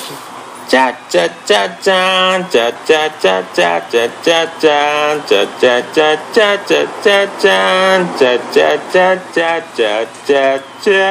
チャチャチャチャンチャチャチャチャチャチャチャンチャチャチャチャチャチャチャンチャチャチャチャチャチャチャ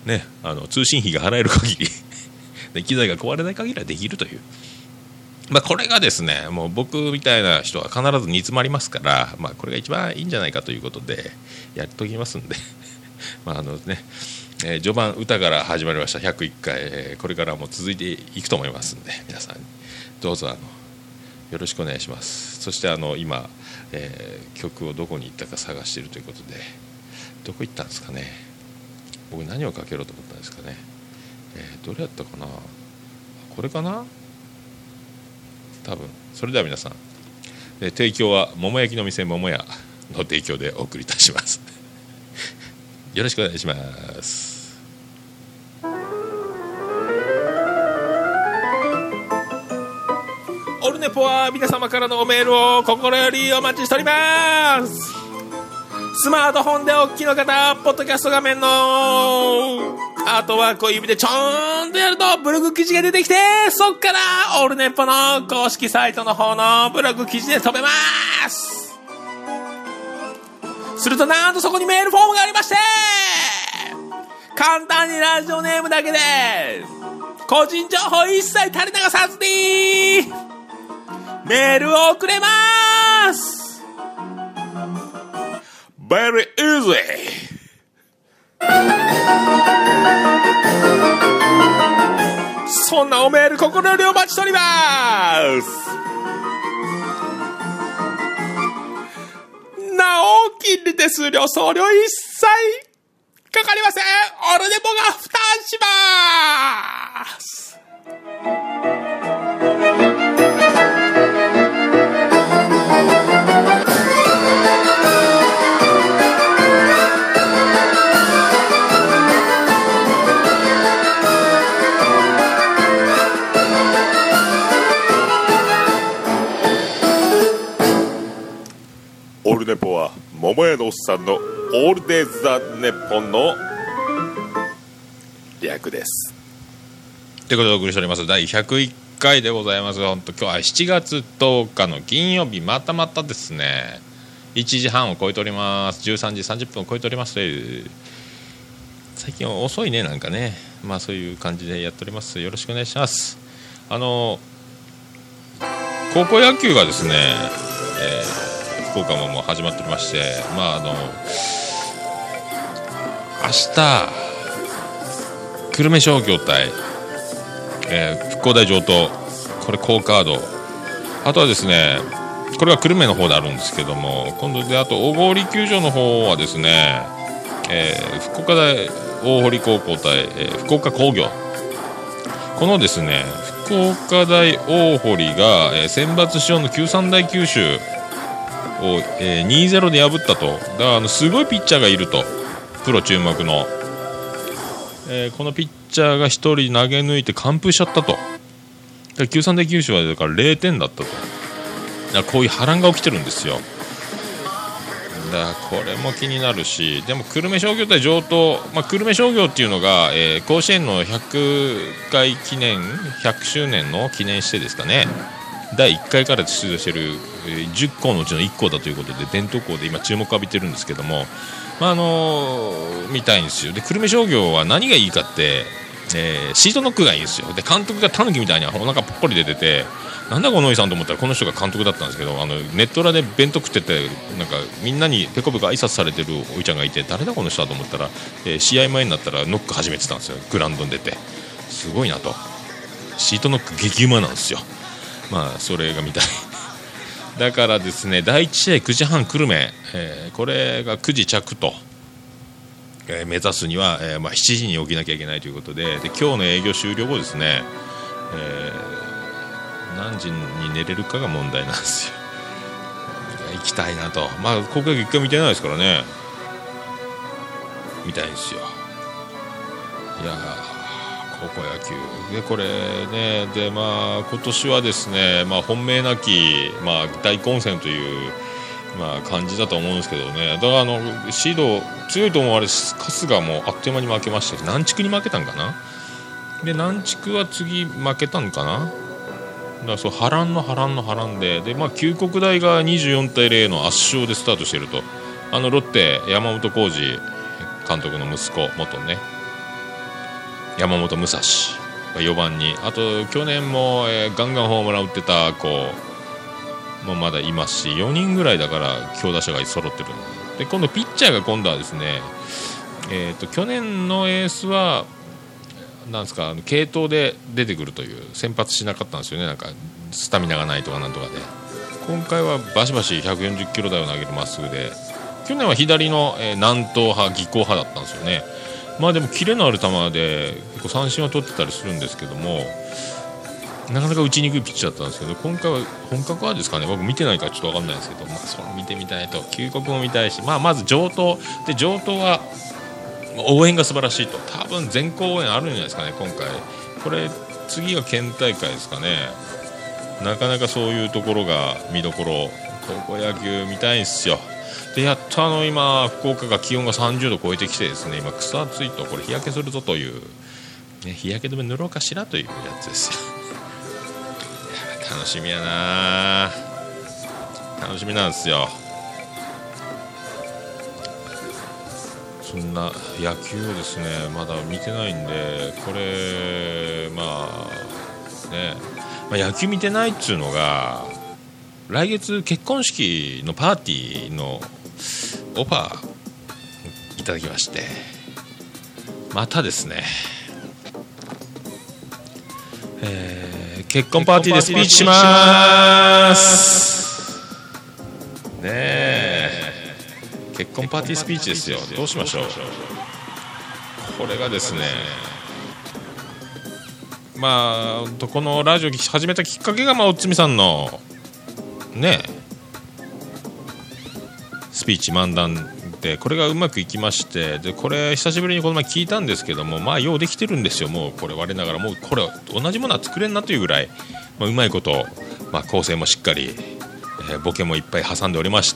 ね、通信費が払える限りで機材が壊れない限りはできるという、これがですね、もう僕みたいな人は必ず煮詰まりますから、これが一番いいんじゃないかということでやっときますんで序盤歌から始まりました101回、これからも続いていくと思いますんで、皆さんどうぞよろしくお願いします。そして今、曲をどこに行ったか探しているということで、どこ行ったんですかね。僕何をかけろうと思ったんですかね。どれやったかな、これかな多分。それでは皆さん、提供は桃焼きの店桃屋の提供でお送りいたしますよろしくお願いします。オルネポは皆様からのメールを心よりお待ちしております。スマートフォンでお聞きの方、ポッドキャスト画面のアートワークを指でちょーんとやるとブログ記事が出てきて、そっからオルネポの公式サイトの方のブログ記事で飛べます。するとなんとそこにメールフォームがありまして、簡単にラジオネームだけで個人情報一切垂れ流さずにメールを送れます。 Very easy。 そんなおメール心よりお待ちしております。なお金利手数料送料一切かかりません。オルネポが負担します。 オルネポは桃屋のおっさんのオールデイズ・ザ・ネッポンの略です。 ということでお送りしております第101回でございます。本当今日は7月10日の金曜日、またですね1時半を超えております。13時30分を超えております。最近遅いね、なんかね、そういう感じでやっております。よろしくお願いします。高校野球がですね、福岡ももう始まっておりまして、明日久留米商業対、復興大城東、これ好カード。あとはですね、これは久留米の方であるんですけども、今度であと大郡球場の方はですね、福岡大大堀高校対、福岡工業、このですね福岡大大堀が、選抜賞の93大九州を、2-0 で破ったと。だからすごいピッチャーがいると、プロ注目の、このピッチャーが1人投げ抜いて完封しちゃったと。だ93大九州はだから0点だったと。だこういう波乱が起きてるんですよ。だこれも気になるし、でも久留米商業対城東、久留米商業っていうのが、甲子園の100回記念100周年の記念してですかね、第1回から出場している10校のうちの1校だということで伝統校で今注目を浴びてるんですけども、見たいんですよ。で久留米商業は何がいいかって、シートノックがいいんですよ。で監督がタヌキみたいにお腹ぽっこり出てて、なんだこのおじさんと思ったらこの人が監督だったんですけど、ネット裏で弁当食ってて、なんかみんなにペコペコ挨拶されてるおじちゃんがいて、誰だこの人だと思ったら、試合前になったらノック始めてたんですよ。グラウンドに出てすごいなと。シートノック激うまなんですよ。それが見たいだからですね、第1試合9時半久留米、これが9時着と、目指すには、7時に起きなきゃいけないということで、今日の営業終了後ですね、何時に寝れるかが問題なんですよ。行きたいなと。高校野球一回見てないですからね、見たいんですよ。いや高校野球でこれね、で今年はですね、本命なき、大混戦という感じだと思うんですけどね。だからシード強いと思われ春日もあっという間に負けましたし、南筑に負けたんかな。で南筑は次負けたんかな。だからそう波乱で、九国大が24対0の圧勝でスタートしていると。ロッテ山本浩二監督の息子、元ね山本武蔵が4番に、あと去年も、ガンガンホームラン打ってた子もまだいますし、4人ぐらいだから強打者が揃ってる。で今度ピッチャーが今度はですね、去年のエースはなんですか、継投で出てくるという、先発しなかったんですよね。なんかスタミナがないとかなんとかで、今回はバシバシ140キロ台を投げるまっすぐで、去年は左の、南東派技巧派だったんですよね。まあでもキレのある球で結構三振は取ってたりするんですけども、なかなか打ちにくいピッチャーだったんですけど、今回は本格派ですかね。僕見てないからちょっと分かんないですけど、それ見てみたいと、旧国も見たいし、まず上等で、上等は応援が素晴らしいと、多分全校応援あるんじゃないですかね。今回これ次が県大会ですかね。なかなかそういうところが見どころ、高校野球見たいんですよ。でやっと今福岡が気温が30度超えてきてですね、今草暑いとこれ日焼けするぞという、ね、日焼け止め塗ろうかしらというやつですよ。楽しみやな、楽しみなんですよ。そんな野球をですねまだ見てないんで、これ野球見てないっつうのが、来月結婚式のパーティーのオファーいただきまして、またですね、結婚パーティーでスピーチしますねえ。結婚パーティースピーチですよ。どうしましょう。これがですね、このラジオ始めたきっかけが、おつみさんのねスピーチ漫談で、これがうまくいきまして、でこれ久しぶりにこの前聞いたんですけども、ようできてるんですよ。もうこれ我ながら、もうこれ同じものは作れんなというぐらい、うまいこと、構成もしっかり、ボケもいっぱい挟んでおりまして、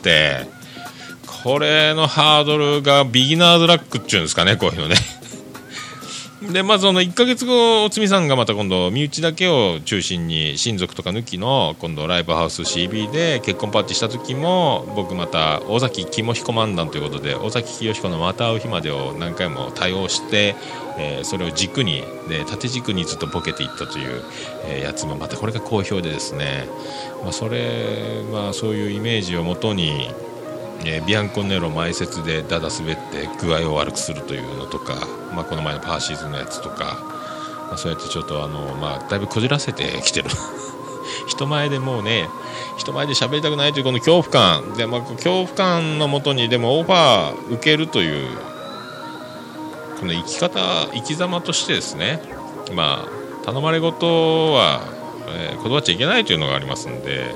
これのハードルがビギナーズラックっていうんですかね、こういうのね。でその1ヶ月後、おつみさんがまた今度身内だけを中心に、親族とか抜きの今度ライブハウス CB で結婚パーティーした時も、僕また尾崎肝彦漫談ということで、尾崎清彦のまた会う日までを何回も対応して、それを軸にで縦軸にずっとボケていったという、やつもまたこれが好評でですね、そういうイメージをもとに、ビアンコネロ前説でダダ滑って具合を悪くするというのとか、この前のパーシーズンのやつとか、そうやってちょっとだいぶこじらせてきてる人前でもうね、人前で喋りたくないというこの恐怖感で、恐怖感のもとにでもオファー受けるというこの生き様としてですね、頼まれ事は、断っちゃいけないというのがありますんで、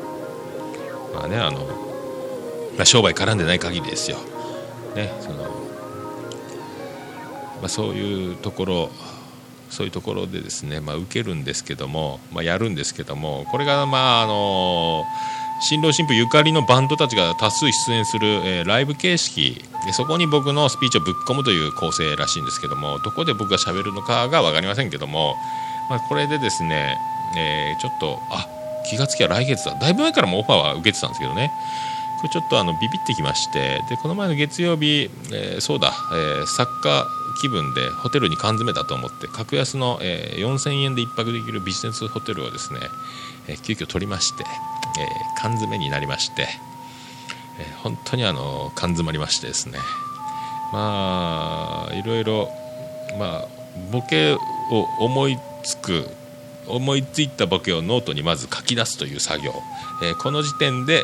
商売絡んでない限りですよ、ね、そういうところでですね、受けるんですけども、やるんですけども、これが新郎新婦ゆかりのバンドたちが多数出演する、ライブ形式で、そこに僕のスピーチをぶっ込むという構成らしいんですけども、どこで僕が喋るのかが分かりませんけども、これでですね、ちょっと気がつきゃ来月だいぶ前からもオファーは受けてたんですけどね、これちょっとビビってきまして、でこの前の月曜日、作家気分でホテルに缶詰だと思って格安の、4000円で1泊できるビジネスホテルをですね、急遽取りまして、缶詰になりまして、本当に缶詰まりましてですね、いろいろ、ボケを思いついたボケをノートにまず書き出すという作業、この時点で、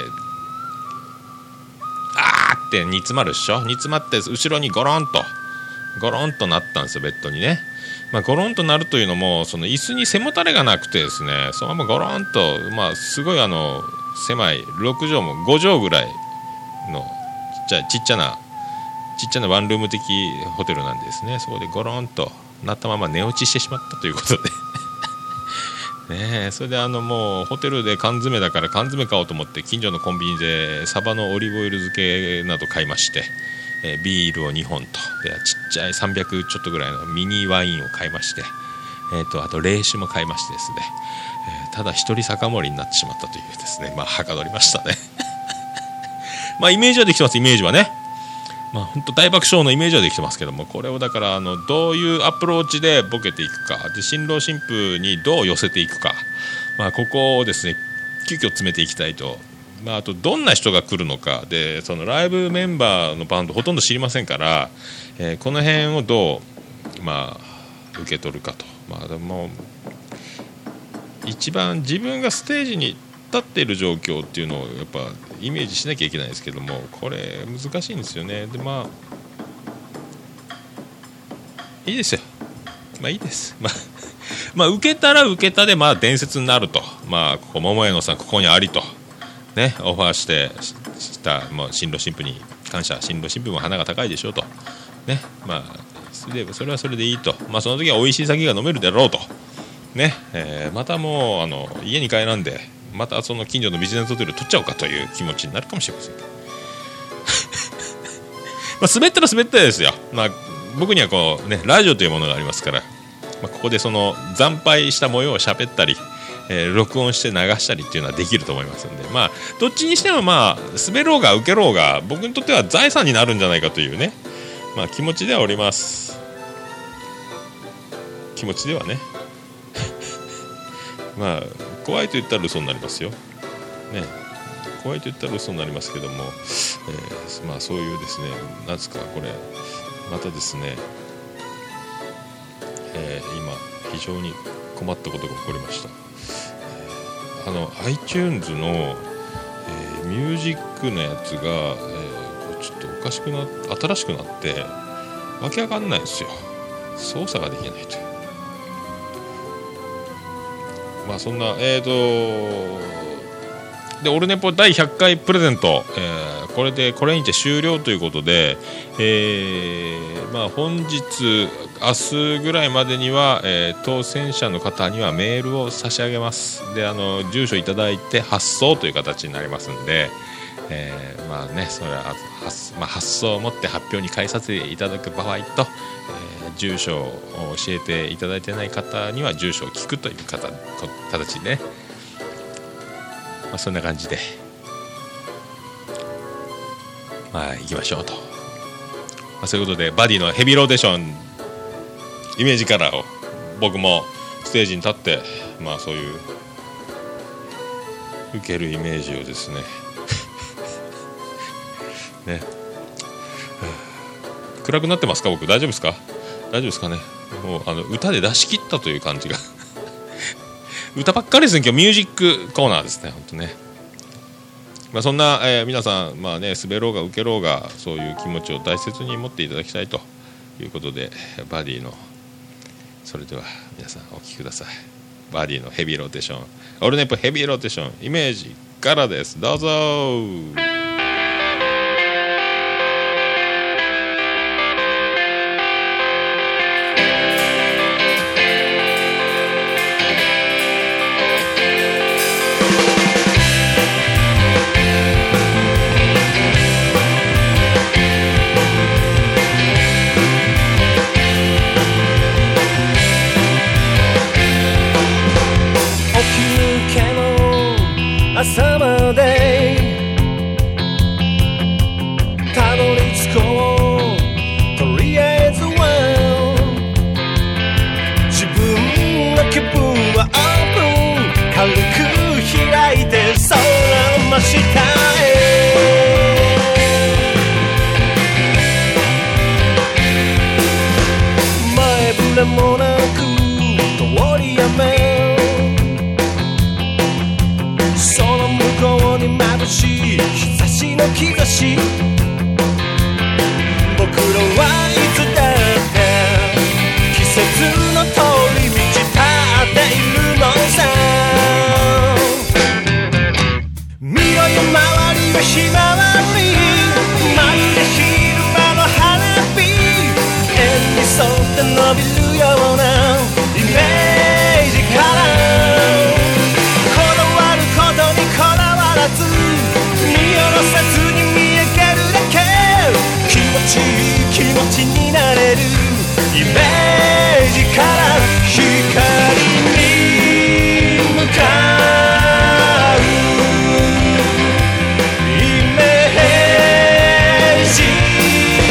って煮詰まるでしょ。煮詰まって後ろにゴロンとなったんですよ、ベッドにね。ゴロンとなるというのも、その椅子に背もたれがなくてですね、そのままゴロンと、すごい狭い6畳も5畳ぐらいのちっちゃなワンルーム的ホテルなんですね。そこでゴロンとなったまま寝落ちしてしまったということでそれでもうホテルで缶詰だから缶詰買おうと思って近所のコンビニでサバのオリーブオイル漬けなど買いまして、ビールを2本とでちっちゃい300ちょっとぐらいのミニワインを買いまして、あと冷酒も買いましてですね、ただ一人酒盛りになってしまったというですね、はかどりましたねイメージはできてます。イメージはね、 本当大爆笑のイメージはできてますけども、これをだからどういうアプローチでボケていくかで、新郎新婦にどう寄せていくか、ここをですね急遽詰めていきたいと。あとどんな人が来るのかで、そのライブメンバーのバンドほとんど知りませんから、この辺をどう、受け取るかと。でも一番自分がステージに立っている状況っていうのをやっぱイメージしなきゃいけないですけども、これ難しいんですよね。でいいですよ、いいです受けたら受けたで伝説になると。ここ桃屋のさんここにありとね、オファーした新郎新婦に感謝。新郎新婦も花が高いでしょうとね、それはそれでいいと。その時は美味しい酒が飲めるだろうとね、またもう家に帰らんでまたその近所のビジネスホテル取っちゃおうかという気持ちになるかもしれません滑ったら滑ったですよ。僕にはこうねラジオというものがありますから、ここでその惨敗した模様を喋ったり、録音して流したりっていうのはできると思いますので、どっちにしても滑ろうが受けろうが僕にとっては財産になるんじゃないかというね、気持ちではおります。気持ちではね怖いと言ったら嘘になりますよ、ね、怖いと言ったら嘘になりますけども、そういうですね、なんですかこれまたですね、今非常に困ったことが起こりました。iTunes の、ミュージックのやつが、ちょっとおかしく新しくなってわけわかんないんですよ。操作ができないという。そんなでオルネポ第100回プレゼント、これにて終了ということで、本日明日ぐらいまでには、当選者の方にはメールを差し上げます。で住所いただいて発送という形になりますんで、それは発送をもって発表に返させていただく場合と、住所を教えていただいてない方には住所を聞くという形でね、そんな感じで行きましょうと。そういうことでバディのヘビーローテーションイメージカラーを僕もステージに立ってそういう受けるイメージをですねね、暗くなってますか僕。大丈夫ですかね。もう歌で出し切ったという感じが歌ばっかりですね今日。ミュージックコーナーですね本当ね。そんな、皆さん滑ろうが受けろうがそういう気持ちを大切に持っていただきたいということで、バディのそれでは皆さんお聴きください。バディのヘビーローテーション、オルネポヘビーローテーションイメージからです。どうぞ。 朝までたどり着こう。とりあえずは自分の気分はオープン。軽く開いて空真下へ。前触れもなく通り雨。眩しい日差しの兆し。僕らはいつだって季節の通り道立っているのさ。見ろよ周りはひまわり。まるで昼間の花火。円に沿って伸びるようなイメージから。こだわることにこだわらず見下ろさずに見上げるだけ。気持ちいい気持ちになれるイメージから光に向かうイメージ。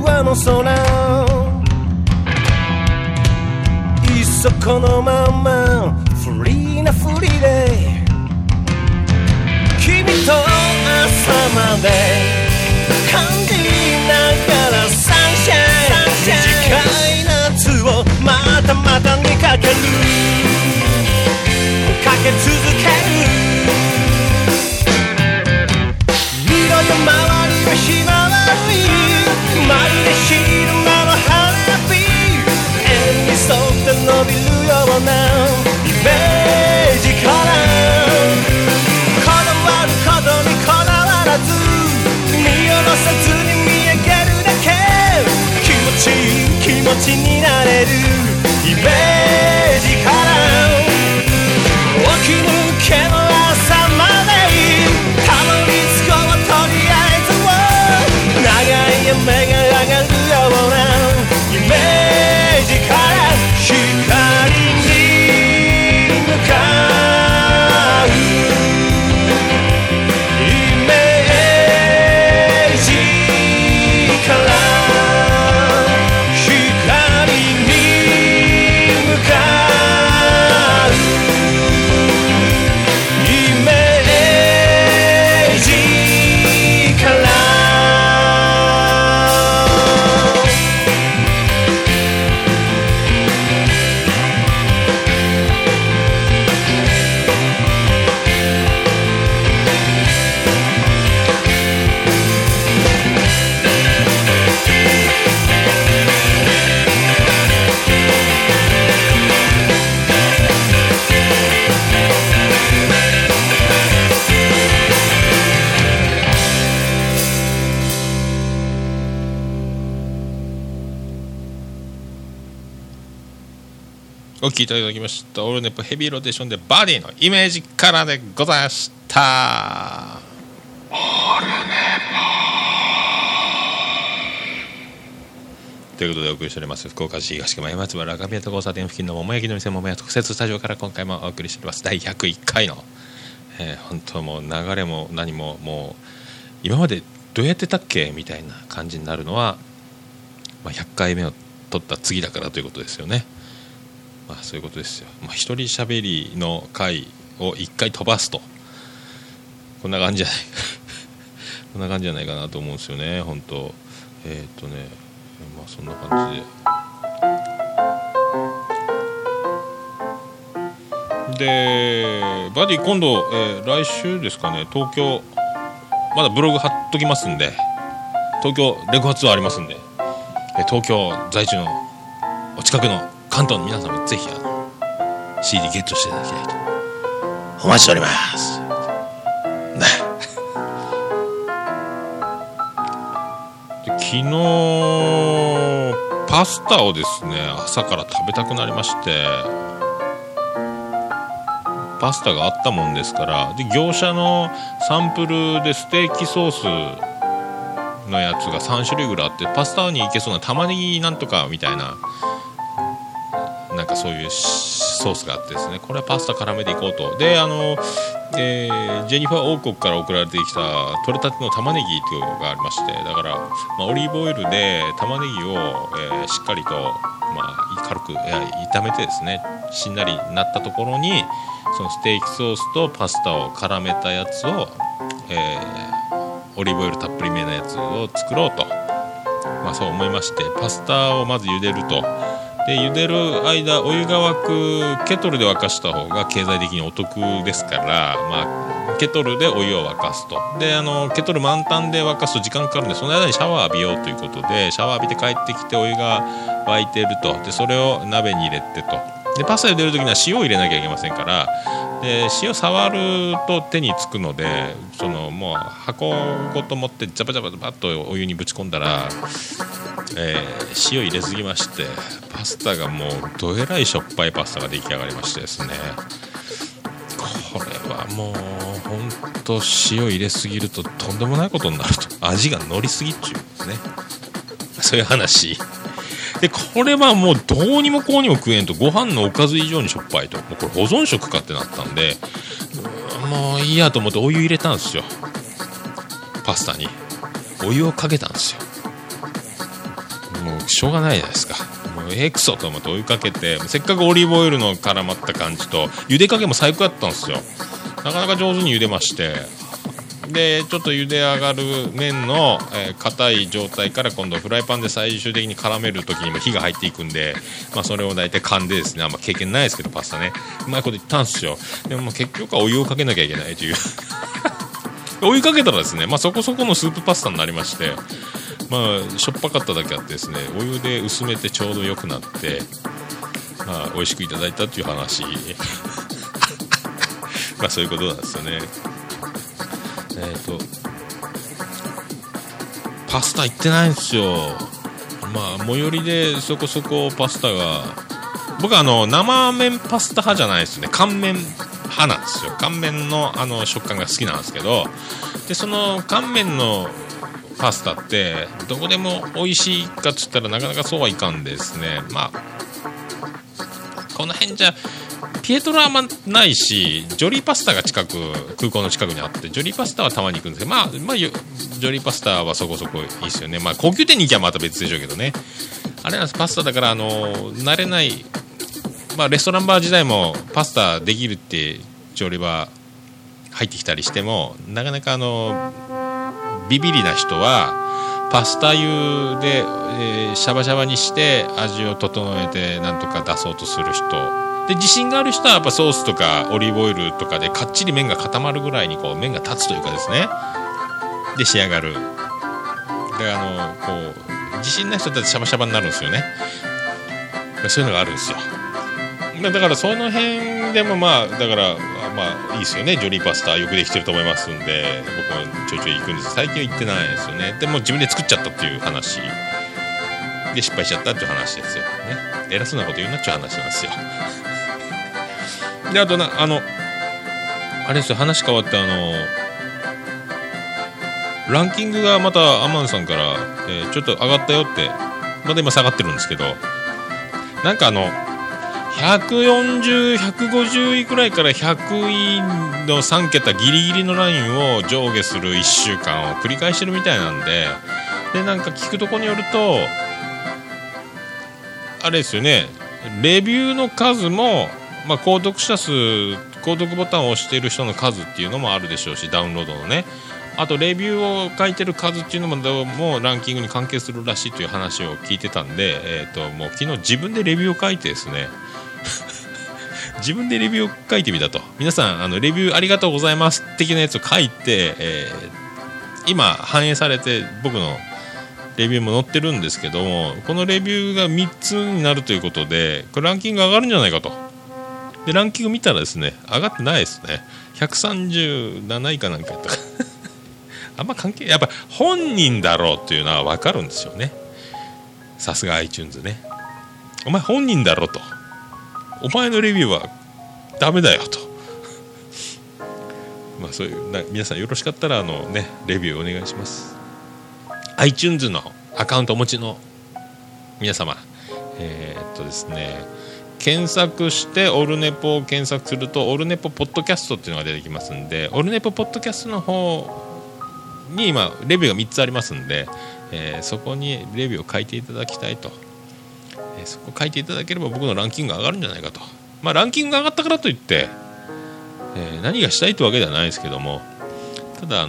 あの空いっそこのままフリーなふりで君と朝まで感じながらサンシャイン短い夏をまたまたにかけるかけ続ける見ろよ周りはひまわりまるで昼間の花火円に沿って伸びるようなイメージからこだわることにこだわらず見下ろさずに見上げるだけ気持ちいい気持ちになれるイメージから起き抜けの朝までたどり着こうとりあえずを長い夢が上がるようなイメージから光に向かうイメージから光に向かうイメージからお聴きいただきましたオールネップヘビーローテーションでバディのイメージカラーでございました。オールネポということでお送りしております福岡市東区前松原赤宮と交差点付近の桃焼きの店桃屋特設スタジオから今回もお送りしております第101回の、本当もう流れも何ももう今までどうやってたっけみたいな感じになるのは、100回目を取った次だからということですよね。そういうことですよ。一人喋りの回を1回飛ばすとこんな感じじゃないこんな感じじゃないかなと思うんですよね本当。そんな感じでバディ今度、来週ですかね東京まだブログ貼っときますんで東京レコ発ツアーありますんで、東京在住のお近くの関東の皆さんもぜひCD ゲットしていただきたいとお待ちしておりますね。で昨日パスタをですね朝から食べたくなりましてパスタがあったもんですからで業者のサンプルでステーキソースのやつが3種類ぐらいあってパスタにいけそうな玉ねぎなんとかみたいななんかそういうソースがあってですねこれはパスタ絡めていこうとでジェニファー王国から送られてきた取れたての玉ねぎというのがありましてだから、オリーブオイルで玉ねぎを、しっかりと、軽く炒めてですねしんなりなったところにそのステーキソースとパスタを絡めたやつを、オリーブオイルたっぷりめなやつを作ろうと、そう思いましてパスタをまず茹でるとで茹でる間お湯が沸くケトルで沸かした方が経済的にお得ですから、ケトルでお湯を沸かすとでケトル満タンで沸かすと時間かかるんでその間にシャワー浴びようということでシャワー浴びて帰ってきてお湯が沸いているとでそれを鍋に入れてとでパスタ茹でるときには塩を入れなきゃいけませんからで塩触ると手につくのでもう箱ごと持ってジャバジャバジャバッとお湯にぶち込んだら、塩入れすぎましてパスタがもうどえらいしょっぱいパスタが出来上がりましてですねこれはもうほんと塩入れすぎるととんでもないことになると味が乗りすぎっちゅうんですねそういう話でこれはもうどうにもこうにも食えんとご飯のおかず以上にしょっぱいともうこれ保存食かってなったんでもういいやと思ってお湯入れたんですよパスタにお湯をかけたんですようしょうがないじゃないですか。もうクソと思って追いかけて、せっかくオリーブオイルの絡まった感じと茹で加減も最高だったんですよ。なかなか上手に茹でまして、でちょっと茹で上がる麺の硬い状態から今度フライパンで最終的に絡める時にも火が入っていくんで、それを大体勘でですね、あんま経験ないですけどパスタね、うまいこと言ったんですよ。でも結局はお湯をかけなきゃいけないというお湯かけたらですね、そこそこのスープパスタになりまして、しょっぱかっただけあってですね、お湯で薄めてちょうど良くなって、美味しくいただいたという話そういうことなんですよね。パスタ行ってないんですよ。最寄りでそこそこパスタが、僕は生麺パスタ派じゃないですね、乾麺派なんですよ。乾麺の食感が好きなんですけど、でその乾麺のパスタってどこでも美味しいかっつったらなかなかそうはいかんですね。この辺じゃピエトロはあんまないし、ジョリーパスタが空港の近くにあって、ジョリーパスタはたまに行くんですけど、ジョリーパスタはそこそこいいですよね。高級店に行きゃまた別でしょうけどね。あれなんです、パスタだから慣れない、レストランバー時代もパスタできるって調理場入ってきたりしても、なかなかビビリな人はパスタ湯で、シャバシャバにして味を整えてなんとか出そうとする人で、自信がある人はやっぱソースとかオリーブオイルとかでかっちり麺が固まるぐらいに麺が立つというかですね、で仕上がる。で自信ない人だってシャバシャバになるんですよね。そういうのがあるんですよ。だからその辺でもだからいいですよね。ジョリーパスタよくできてると思いますんで、僕もちょいちょい行くんです。最近は行ってないですよね。でも自分で作っちゃったっていう話で失敗しちゃったっていう話ですよね。偉そうなこと言うなっちゃう話なんですよ。であとあれですよ、話変わってランキングがまたアマンさんから、ちょっと上がったよって、まだ今下がってるんですけど、なんか140、150位くらいから100位の3桁ギリギリのラインを上下する1週間を繰り返してるみたいなんで、なんか聞くとこによるとあれですよね、レビューの数も、購読ボタンを押している人の数っていうのもあるでしょうし、ダウンロードのね、あとレビューを書いてる数っていうのもどうもランキングに関係するらしいという話を聞いてたんで、もう昨日自分でレビューを書いてですね自分でレビューを書いてみたと。皆さんレビューありがとうございます的なやつを書いて、今反映されて僕のレビューも載ってるんですけども、このレビューが3つになるということで、これランキング上がるんじゃないかと。でランキング見たらですね、上がってないですね。137位かなんかやったかあんま関係、やっぱ本人だろうっていうのは分かるんですよね。さすが iTunes ね。お前本人だろうと、お前のレビューはダメだよとそういう皆さんよろしかったらレビューお願いします。 iTunes のアカウントお持ちの皆様、ですね、検索してオルネポを検索するとオルネポポッドキャストっていうのが出てきますんで、オルネポポッドキャストの方に今レビューが3つありますんで、そこにレビューを書いていただきたいと、そこ書いていただければ僕のランキングが上がるんじゃないかと。ランキングが上がったからといって、何がしたいってわけではないですけども、ただ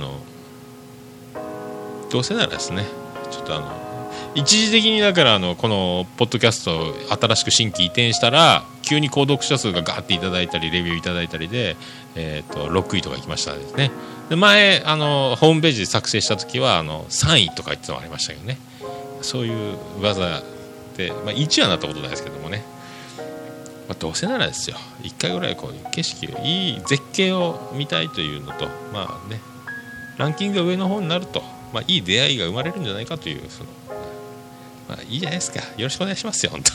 どうせならですね、ちょっと一時的にだからこのポッドキャスト新しく新規移転したら急に購読者数がガーっていただいたりレビューいただいたりで、6位とか行きましたですね。で前ホームページで作成した時は3位とか言ってたのがありましたけどね。そういう技で、1はなったことないですけどもね、どうせならですよ、1回ぐらいこう景色いい絶景を見たいというのと、ランキングが上の方になると、いい出会いが生まれるんじゃないかという、いいじゃないですか。よろしくお願いしますよ本当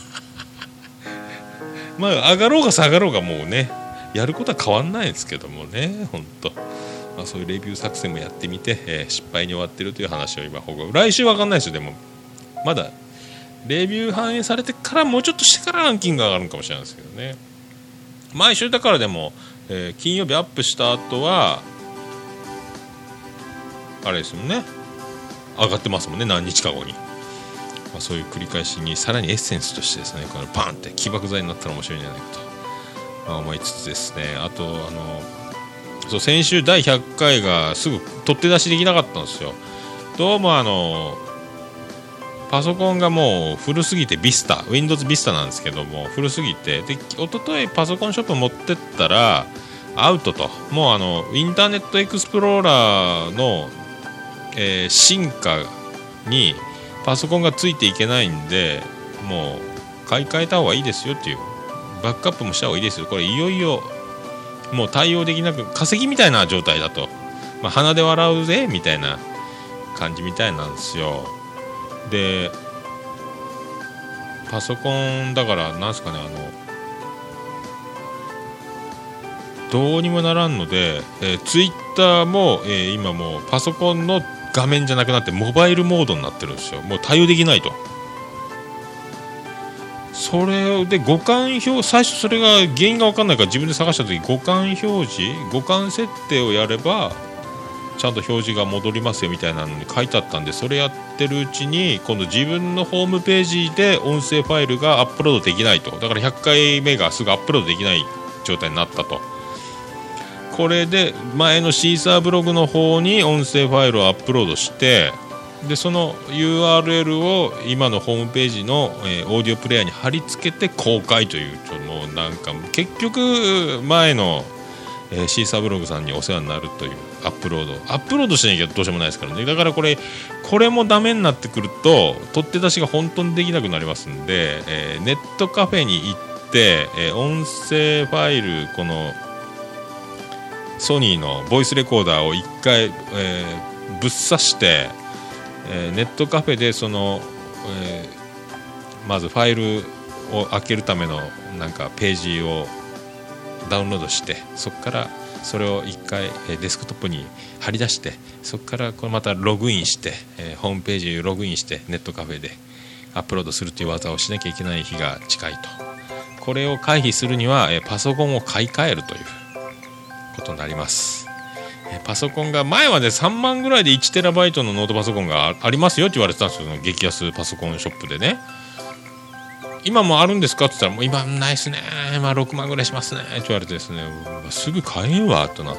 上がろうが下がろうがもうね、やることは変わんないですけどもね、本当、そういうレビュー作戦もやってみて、失敗に終わってるという話を今報告。来週わかんないですよ。でもまだレビュー反映されてからもうちょっとしてからランキングが上がるかもしれないですけどね。毎週だからでも、金曜日アップした後はあれですもんね、上がってますもんね、何日か後に。 そういう繰り返しにさらにエッセンスとしてですね、このパンって起爆剤になったら面白いんじゃないかと、思いつつですね、あとそう先週第100回がすぐ取って出しできなかったんですよ。どうもパソコンがもう古すぎてWindows Vista なんですけども古すぎて、で一昨日パソコンショップ持ってったらアウトと、もうインターネットエクスプローラーの、進化にパソコンがついていけないんで、もう買い替えた方がいいですよっていう、バックアップもした方がいいですよ、これいよいよもう対応できなく、化石みたいな状態だと、鼻で笑うぜみたいな感じみたいなんですよ。でパソコンだからなんすかね、どうにもならんので、ツイッターも、今もうパソコンの画面じゃなくなってモバイルモードになってるんですよ。もう対応できないと。それで互換表、最初それが原因が分かんないから自分で探した時互換表示、互換設定をやればちゃんと表示が戻りますよみたいなのに書いてあったんで、それやってるうちに今度自分のホームページで音声ファイルがアップロードできないと、だから100回目がすぐアップロードできない状態になったと。これで前のシーサーブログの方に音声ファイルをアップロードして、でその URL を今のホームページの、オーディオプレイヤーに貼り付けて公開という、もうなんか結局前の、シーサーブログさんにお世話になるという、アップロードしなきゃどうしようもないですからね。だからこれもダメになってくると取って出しが本当にできなくなりますんで、ネットカフェに行って、音声ファイル、このソニーのボイスレコーダーを1回、ぶっ刺して、ネットカフェでその、まずファイルを開けるためのなんかページをダウンロードして、そこからそれを1回デスクトップに貼り出して、そこからこれまたログインして、ホームページにログインしてネットカフェでアップロードするという技をしなきゃいけない日が近いと。これを回避するにはパソコンを買い替えるということになります。パソコンが前はね3万ぐらいで 1TB のノートパソコンがありますよって言われてたんですよ、激安パソコンショップでね。今もあるんですかって言ったら、もう今ないっすね、6万ぐらいしますねって言われてですね、すぐ買えんわとなって、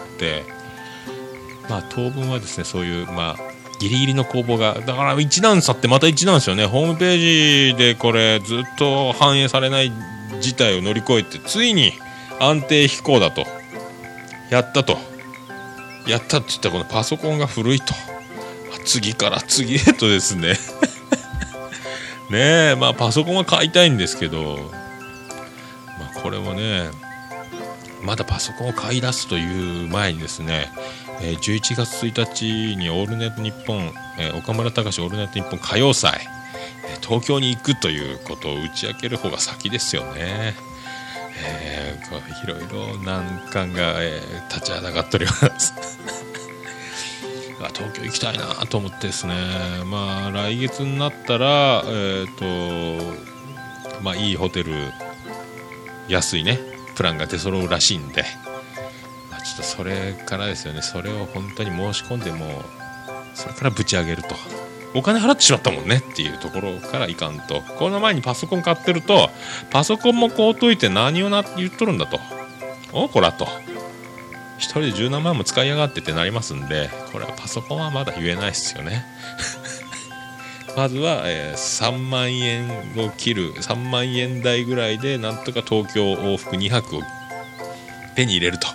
当分はですねそういうギリギリの攻防が、だから一難去ってまた一難ですよね。ホームページでこれずっと反映されない事態を乗り越えて、ついに安定飛行だと、やったって言ったらこのパソコンが古いと、次から次へとですねねえ、パソコンは買いたいんですけど、これもねまだパソコンを買い出すという前にですね、11月1日にオールナイトニッポン、岡村隆史オールナイトニッポン歌謡祭、東京に行くということを打ち明ける方が先ですよね。いろいろ難関が、立ちはだかっております東京行きたいなと思ってですね、来月になったら、いいホテル、安いねプランが出揃うらしいんで、ちょっとそれからですよね。それを本当に申し込んで、もそれからぶち上げると、お金払ってしまったもんねっていうところからいかんと。この前にパソコン買ってると、パソコンも買うといて何を言っとるんだと、こらと、一人で10何万も使いやがってってなりますんで、これはパソコンはまだ言えないですよねまずは、3万円を切る、3万円台ぐらいでなんとか東京往復2泊を手に入れると。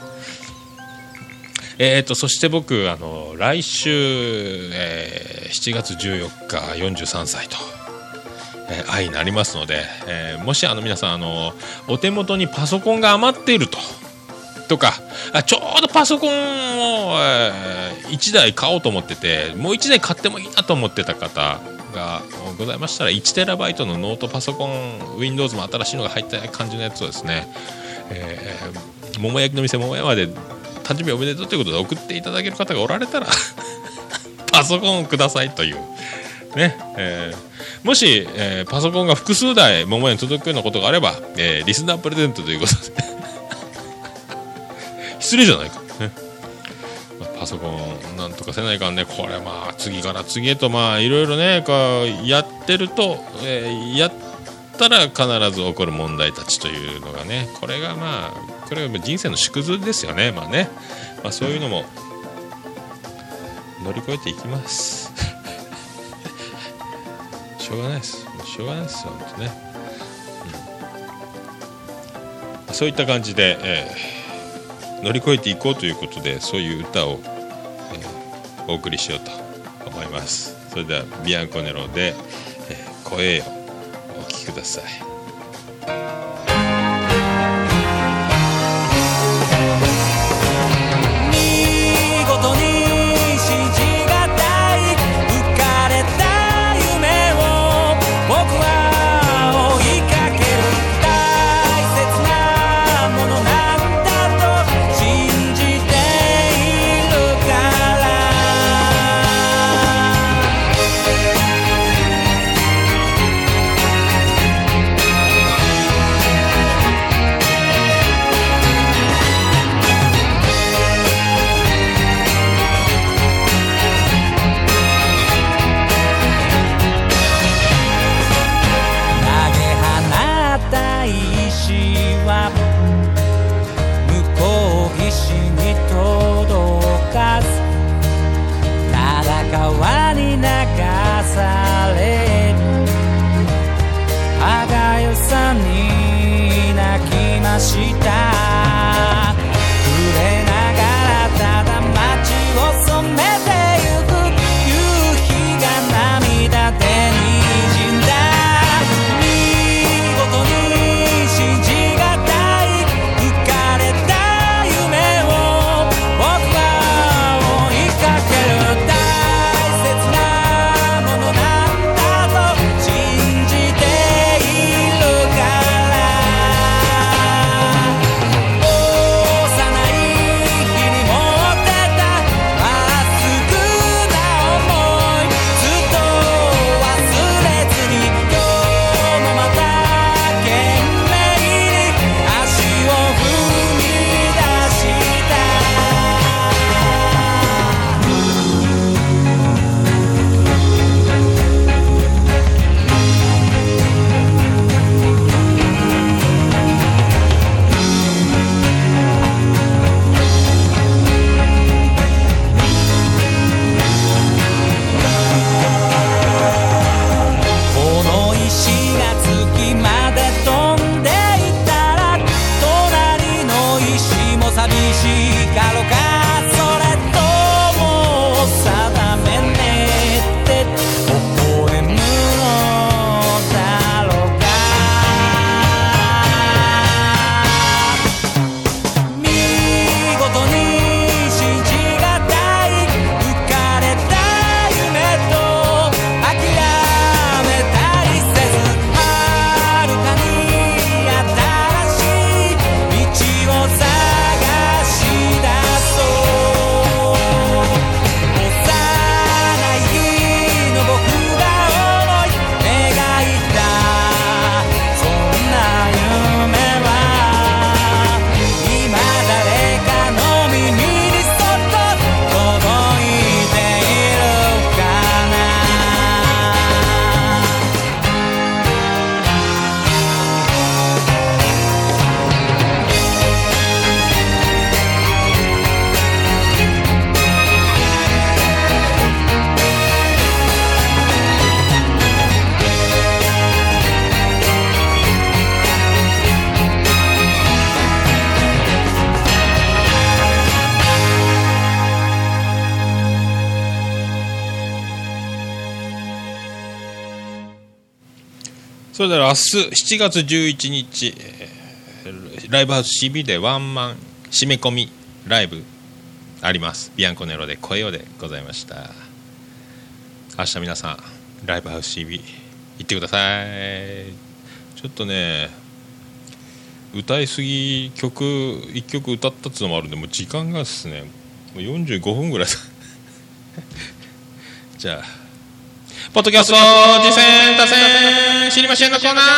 そして僕来週、7月14日43歳と、になりますので、もし皆さんお手元にパソコンが余っているとか、ちょうどパソコンを、1台買おうと思ってて、もう1台買ってもいいなと思ってた方がございましたら、 1TB のノートパソコン Windows も新しいのが入った感じのやつをですね、桃焼きの店桃山で誕生日おめでとうということで送っていただける方がおられたらパソコンをくださいというね、もし、パソコンが複数台桃屋に届くようなことがあれば、リスナープレゼントということで失礼じゃないか、ね、 パソコンなんとかせないかんね。これまあ次から次へとまあいろいろねこうやってると、やったら必ず起こる問題たちというのがね、これがまあこれが人生の縮図ですよね。まあね、まあ、そういうのも乗り越えていきますしょうがないですよ本当ね、そういった感じで、乗り越えていこうということで、そういう歌を、お送りしようと思います。それではビアンコネロで、声よお聴きください。 見事に信じがたい浮かれた夢を僕は追いかける。大切なものなんだと信じているから。投げ放った石は向こう岸に届かず、ただ川に流される。歯がゆさに泣きました。触れながらただ街を染めてゆく夕日が涙で滲んだ。見事に信じがたい浮かれた夢を僕は追いかける。大切なものなんだと信じているから。幼い日に持ってたまっすぐな想い、ずっと忘れずに今日もまた懸命に足を踏み出した。この石が月まで飛んでいったら隣の石も寂しいかろか。それとも定めねって微笑むのだろうか。見事に信じがたい浮かれた夢と諦めたりせず、遥かに新しい道を探し出そう。幼い日の僕が思い描いたそんな夢は今誰かの耳にそっと届いているかな。 それでは明日7月11日、ライブハウス CB でワンマン締め込みライブあります。ビアンコネロで声よでございました。明日皆さんライブハウス CB 行ってください。ちょっとね歌いすぎ曲1曲歌ったっていうのもあるんで、もう時間がですねもう45分ぐらいじゃあポッドキャスト次戦打線知りませんのコーナー。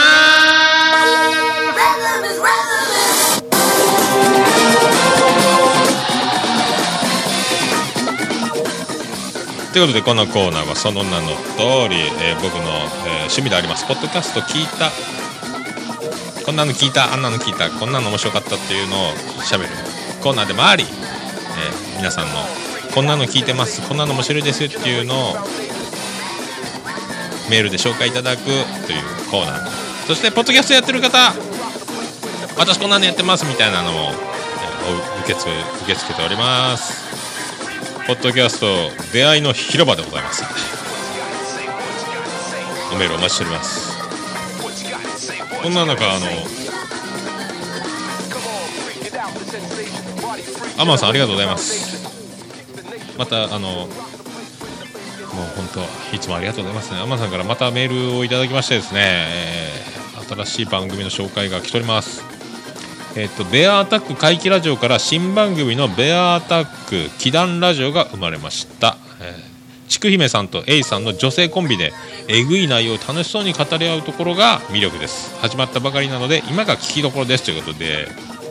ということでこのコーナーはその名の通り、僕の、趣味でありますポッドキャスト聞いた、こんなの聞いた、あんなの聞いた、こんなの面白かったっていうのを喋るコーナーでもあり、皆さんのこんなの聞いてます、こんなの面白いですっていうのをメールで紹介いただくというコーナー、そしてポッドキャストやってる方、私こんなのやってますみたいなのも、受け付けております。ポッドキャスト出会いの広場でございます。おメールお待ちしております。こんな中アマンさんありがとうございます。またもう本当いつもありがとうございますね。アマンさんからまたメールをいただきましてですね、新しい番組の紹介が来ております。ベアアタック怪奇ラジオから新番組のベアアタック奇談ラジオが生まれました。ちくひめさんとエイさんの女性コンビでえぐい内容を楽しそうに語り合うところが魅力です。始まったばかりなので今が聞きどころですということで、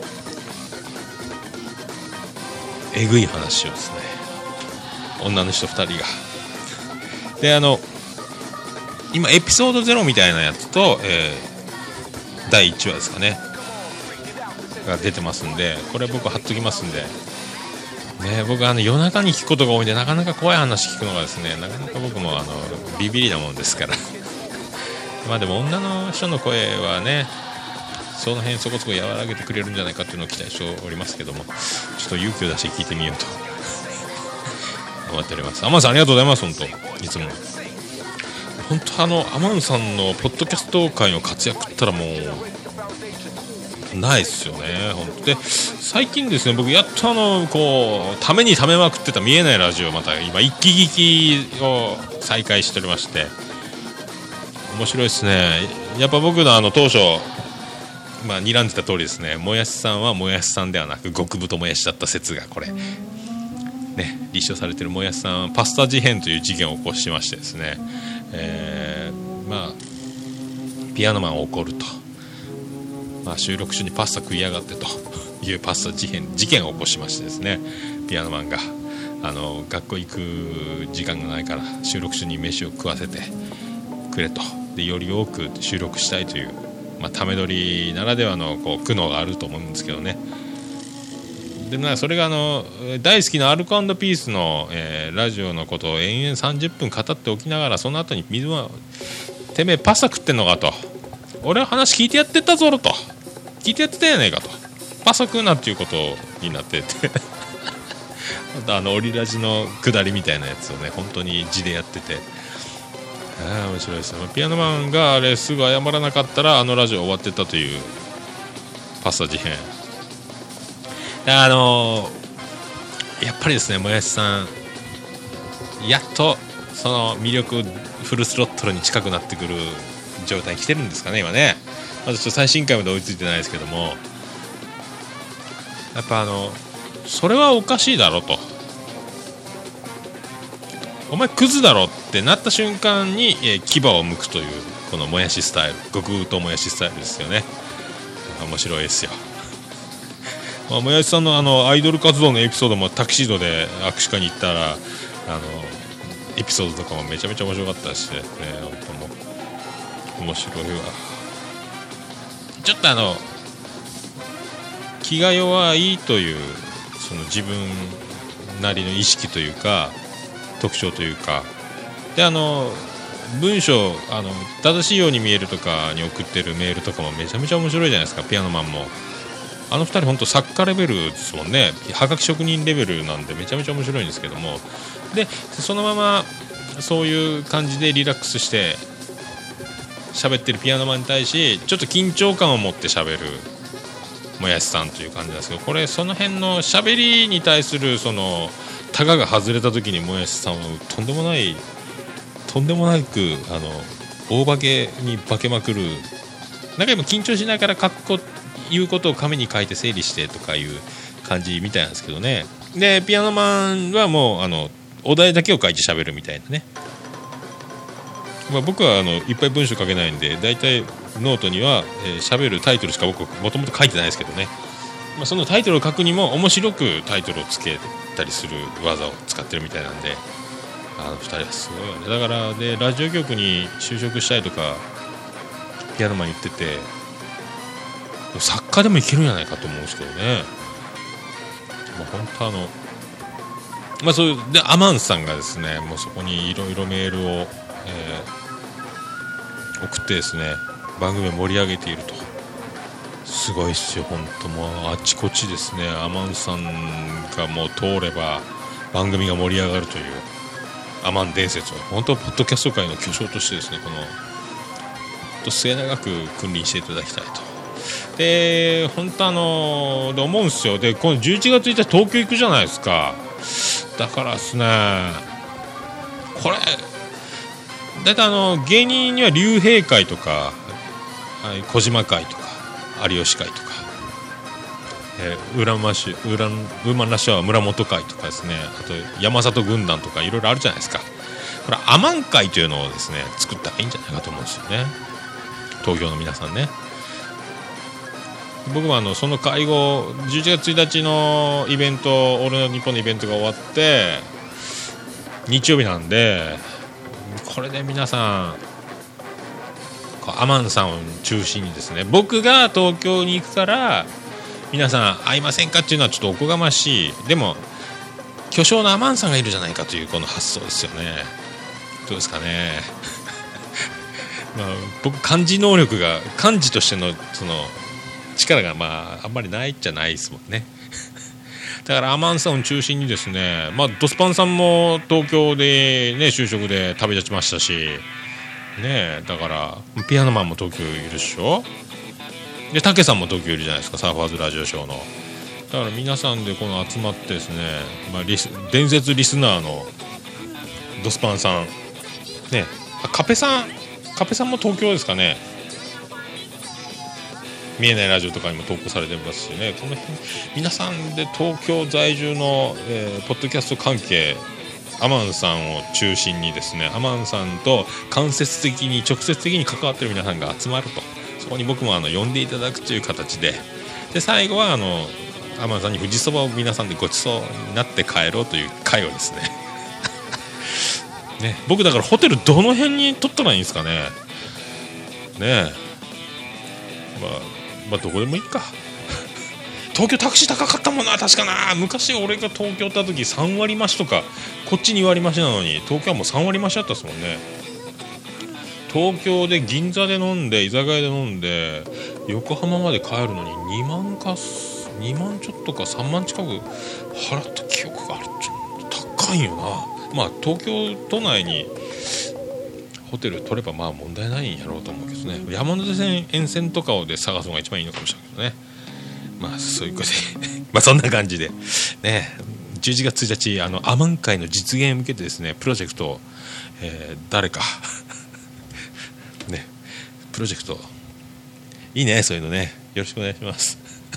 えぐい話をですね、女の人2人がで今エピソード0みたいなやつと、第1話ですかねが出てますんで、これ僕貼っときますんでね。僕夜中に聞くことが多いんでなかなか怖い話聞くのがですね、なかなか僕もビビりなもんですからまあでも女の人の声はね、その辺そこそこ和らげてくれるんじゃないかっていうのを期待しておりますけども、ちょっと勇気を出して聞いてみようと思っております。アマンさんありがとうございます。本当いつも本当アマンさんのポッドキャスト界の活躍ったらもうないっすよね本当で。最近ですね、僕やっとこうためにためまくってた見えないラジオまた今一気聞きを再開しておりまして、面白いですね。やっぱ僕の当初睨んでた通りですね、もやしさんはもやしさんではなく極太もやしだった説がこれね立証されてる。もやしさんはパスタ事変という事件を起こしましてですね、ピアノマンを怒ると、収録中にパスタ食いやがってというパスタ事件を起こしましてですね、ピアノマンが学校行く時間がないから収録中に飯を食わせてくれと、でより多く収録したいという、ため撮りならではの苦悩があると思うんですけどね。でそれが大好きなアルコ&ピースの、ラジオのことを延々30分語っておきながら、その後に水はてめえパスタ食ってんのかと、俺は話聞いてやってたぞろと、聞いてやってたやねえかと、パスタ食うなっていうことになっててまたオリラジの下りみたいなやつをね本当に字でやってて、面白いですよ。ピアノマンがあれすぐ謝らなかったらラジオ終わってたというパスタ事変。やっぱりですね、もやしさんやっとその魅力フルスロットルに近くなってくる状態に来てるんですかね今ね。まだちょっと最新回まで追いついてないですけども、やっぱそれはおかしいだろと、お前クズだろってなった瞬間に、牙を剥くというこのもやしスタイル、極太もやしスタイルですよね。面白いですよ。もやしさんのアイドル活動のエピソードもタキシードで握手会に行ったらエピソードとかもめちゃめちゃ面白かったし、本当も面白いわ。ちょっと気が弱いというその自分なりの意識というか特徴というかで、文章正しいように見えるとかに送ってるメールとかもめちゃめちゃ面白いじゃないですか。ピアノマンも2人本当作家レベルですもんね。はがき職人レベルなんでめちゃめちゃ面白いんですけども、でそのままそういう感じでリラックスして喋ってるピアノマンに対しちょっと緊張感を持って喋るもやしさんという感じなんですけど、これその辺の喋りに対するそのタガが外れた時にもやしさんはとんでもなく大化けに化けまくる。なんか今緊張しながら言うことを紙に書いて整理してとかいう感じみたいなんですけどね。でピアノマンはもうお題だけを書いて喋るみたいなね。僕はいっぱい文章書けないんでだいたいノートには喋るタイトルしか僕もともと書いてないですけどね、そのタイトルを書くにも面白くタイトルをつけたりする技を使ってるみたいなんで 2人はすごいよね。だからでラジオ局に就職したいとかピアノマン言ってて、作家でもいけるんじゃないかと思うんですけどね。本当そういうでアマンさんがですね、もうそこにいろいろメールを、送ってですね、番組を盛り上げていると。すごいっすよ本当。もうあちこちですね、アマンさんがもう通れば番組が盛り上がるというアマン伝説を本当ポッドキャスト界の巨匠としてですね、この末永く君臨していただきたいと。で本当で思うんですよ。でこの11月1日東京行くじゃないですか。だからですね、これだいたい芸人には竜兵会とか、小島会とか有吉会とか、ウーマンラッシュは村本会とかですね、あと山里軍団とかいろいろあるじゃないですか。これアマン会というのをですね作ったらいいんじゃないかと思うんですよね、東京の皆さんね。僕はその会後11月1日のイベント、オールナイトニッポンのイベントが終わって日曜日なんで、これで皆さんアマンさんを中心にですね、僕が東京に行くから皆さん会いませんかっていうのはちょっとおこがましい。でも巨匠のアマンさんがいるじゃないかというこの発想ですよね。どうですかね僕漢字能力が、漢字としてのその力があんまりないじゃないですもんねだからアマンさんを中心にですね、ドスパンさんも東京でね就職で旅立ちましたしね、だからピアノマンも東京いるでしょ。でタケさんも東京いるじゃないですか、サーファーズラジオショーの。だから皆さんでこの集まってですね、伝説リスナーのドスパンさんね、カペさんも東京ですかね。見えないラジオとかにも投稿されてますしね、この辺皆さんで東京在住の、ポッドキャスト関係アマンさんを中心にですね、アマンさんと間接的に直接的に関わっている皆さんが集まると、そこに僕も呼んでいただくという形で、最後はアマンさんに富士そばを皆さんでごちそうになって帰ろうという会をですねね、僕だからホテルどの辺に取ったらいいんですかね。ねどこでもいいか東京タクシー高かったもんな、確かな。昔俺が東京行った時3割増しとか、こっち2割増しなのに東京はもう3割増しだったですもんね。東京で銀座で飲んで居酒屋で飲んで横浜まで帰るのに2万ちょっとか3万近く払った記憶がある。ちょっと高いよな。東京都内にホテル取れば問題ないんやろうと思うけどね。山手線沿線とかで探すのが一番いいのかもしれないけどね。そういうことでそんな感じでね、11月1日アマン会の実現へ向けてですね、プロジェクトを、誰かね、プロジェクトいいね、そういうのね、よろしくお願いします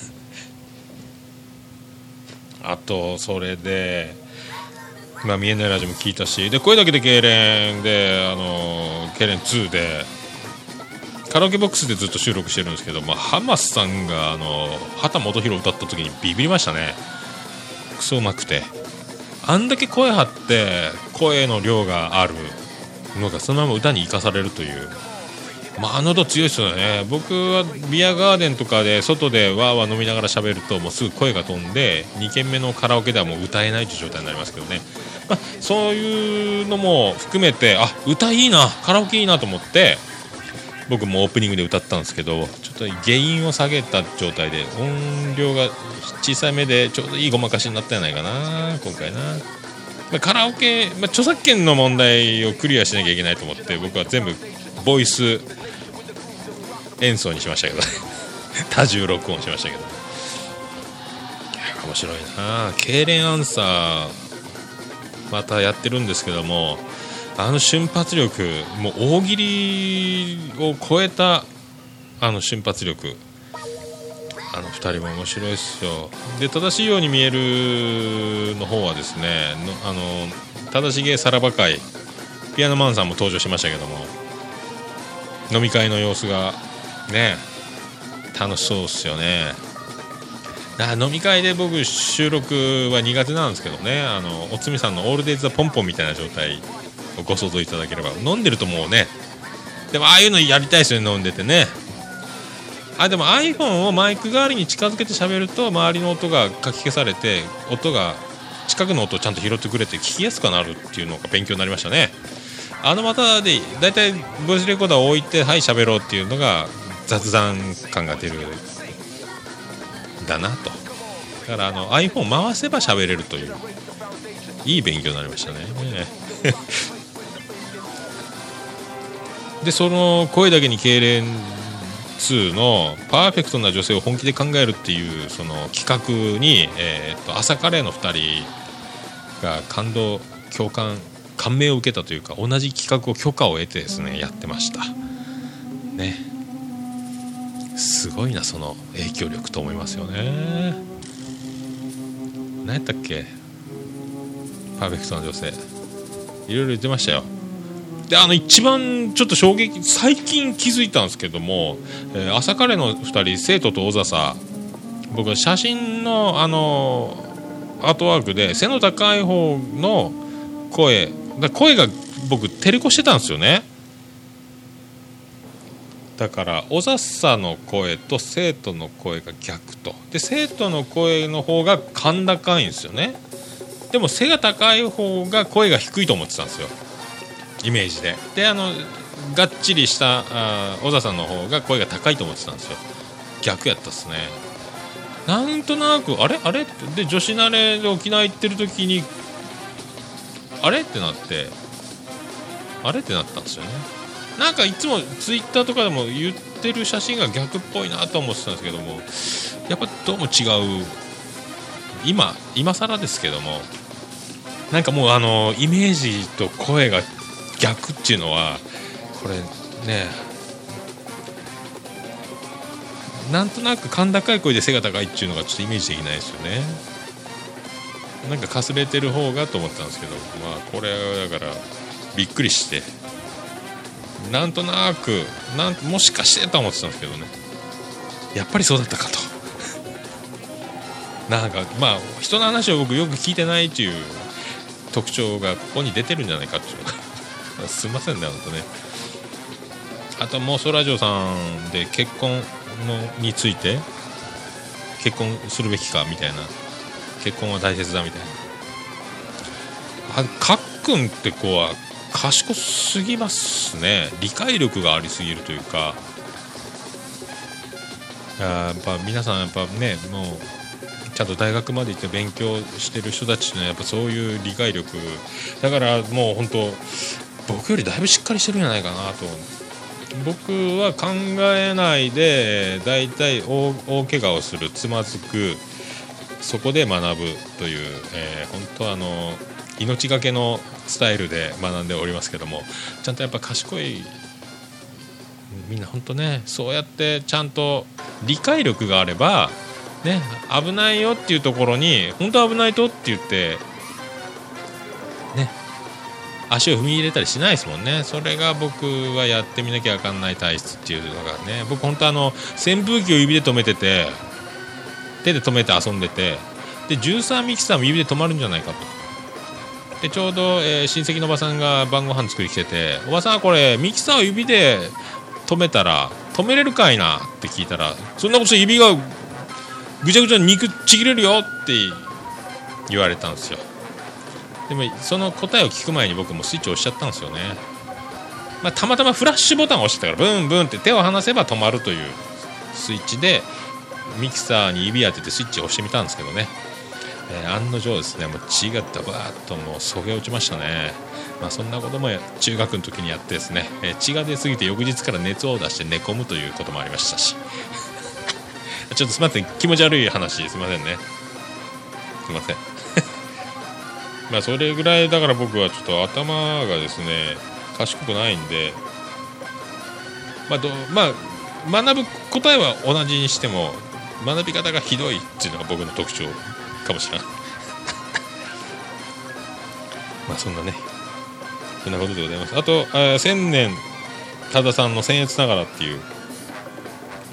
あとそれで見えないラジオも聞いたし、で声だけで痙攣で痙攣2でカラオケボックスでずっと収録してるんですけど、ハマスさんが畑基博歌った時にビビりましたね。クソうまくて、あんだけ声張って声の量があるのがそのまま歌に生かされるという、喉強いですよね。僕はビアガーデンとかで外でワーワー飲みながら喋るともうすぐ声が飛んで2軒目のカラオケではもう歌えないという状態になりますけどね、そういうのも含めて歌いいな、カラオケいいなと思って僕もオープニングで歌ったんですけど、ちょっと原因を下げた状態で音量が小さめでちょうどいいごまかしになったんじゃないかな今回な。カラオケ、著作権の問題をクリアしなきゃいけないと思って僕は全部ボイス演奏にしましたけど多重録音しましたけど、面白いな。痙攣アンサーまたやってるんですけども、瞬発力、もう大喜利を超えた瞬発力、2人も面白いですよ。で正しいように見えるの方はですね、正しげさらば会ピアノマンさんも登場しましたけども、飲み会の様子がね楽しそうですよね。 飲み会で僕収録は苦手なんですけどね、おつみさんのオールデイズ・ザ・ポンポンみたいな状態をご想像いただければ、飲んでるともうね、でもああいうのやりたいですよね、飲んでてね。でも iPhone をマイク代わりに近づけて喋ると周りの音がかき消されて、音が近くの音をちゃんと拾ってくれて聞きやすくなるっていうのが勉強になりましたね。またでだいたいボイスレコーダーを置いてはい喋ろうっていうのが雑談感が出るんだなと。だからiPhone 回せば喋れるといういい勉強になりましたね。でその声だけに痙攣2のパーフェクトな女性を本気で考えるっていうその企画に、朝カレーの2人が感銘を受けたというか、同じ企画を許可を得てですねやってましたね。すごいな、その影響力と思いますよね。何やったっけ、パーフェクトな女性いろいろ言ってましたよ。で一番ちょっと衝撃、最近気づいたんですけども、朝カレーの2人、生徒と小笹、僕は写真のアートワークで背の高い方の声が僕照れこしてたんですよね。だから小笹の声と生徒の声が逆と、で生徒の声の方が甲高いんですよね。でも背が高い方が声が低いと思ってたんですよ、イメージで。でがっちりした小笹の方が声が高いと思ってたんですよ。逆やったっすね。なんとなくあれで女子慣れで沖縄行ってる時にあれってなったんですよね。なんかいつもツイッターとかでも言ってる写真が逆っぽいなと思ってたんですけども、やっぱどうも違う、今更ですけども、なんかもうイメージと声が逆っていうのはこれね、なんとなく甲高い声で背が高いっていうのがちょっとイメージできないですよね。なんかかすれてる方がと思ったんですけど、まあこれはだからびっくりして、なんとなくもしかしてと思ってたんですけどね、やっぱりそうだったかと。なんかまあ人の話を僕よく聞いてないという特徴がここに出てるんじゃないかっていうのがすいませんね、本当ね。あともうそらジョーさんで結婚について、結婚するべきかみたいな、結婚は大切だみたいな。かっくんって子は賢すぎますね。理解力がありすぎるというか、やっぱ皆さんやっぱね、もうちゃんと大学まで行って勉強してる人たちのやっぱそういう理解力だから、もう本当僕よりだいぶしっかりしてるんじゃないかなと。僕は考えないでだいたい大怪我をする、つまずく、そこで学ぶという、本当命がけのスタイルで学んでおりますけども、ちゃんとやっぱ賢いみんな本当ね、そうやってちゃんと理解力があればね、危ないよっていうところに本当危ないとって言ってね、足を踏み入れたりしないですもんね。それが僕はやってみなきゃ分かんない体質っていうのがね、僕本当扇風機を指で止めてて、手で止めて遊んでて、でジューサーミキサーも指で止まるんじゃないかと。でちょうど、親戚のおばさんが晩ご飯作り来てて、おばさんこれミキサーを指で止めたら止めれるかいなって聞いたら、そんなことして指がぐちゃぐちゃに肉ちぎれるよって言われたんですよ。でもその答えを聞く前に僕もスイッチを押しちゃったんですよね。まあ、たまたまフラッシュボタンを押してたからブンブンって手を離せば止まるというスイッチでミキサーに指当ててスイッチを押してみたんですけどね、案の定ですね、もう血がダバーッともうそげ落ちましたね。まあ、そんなことも中学の時にやってですね、血が出すぎて翌日から熱を出して寝込むということもありましたしちょっとすみません、気持ち悪い話すみませんね、すみませんまあそれぐらいだから僕はちょっと頭がですね賢くないんで、まあ学ぶ答えは同じにしても学び方がひどいっていうのが僕の特徴かもしれないまあそんなことでございます。あと千年多田さんの僭越ながらっていう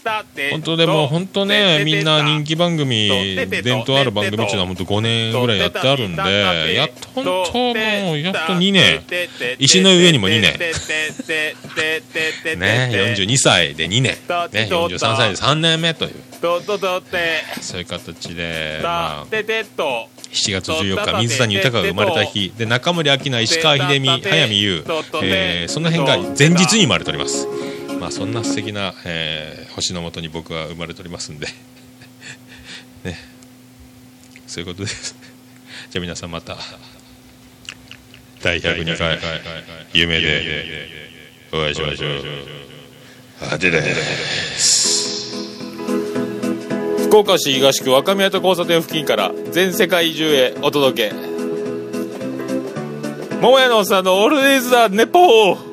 本当でも本当ね、みんな人気番組、伝統ある番組っていうのは本当5年ぐらいやってあるんで、やっと本当もうやっと2年、石の上にも2年ね、42歳で2年、ね、43歳で3年目という、そういう形で、まあ、7月14日水谷豊が生まれた日で、中森明菜、石川秀美、早見優、その辺が前日に生まれております。まあ、そんな素敵な、星の下に僕は生まれておりますんでね、そういうことです。じゃあ皆さんまた第102回夢でお会いしましょう。あでです。福岡市東区若宮と交差点付近から全世界中へお届け、桃屋のおっさんのオールディーズ・ザ・ネポー。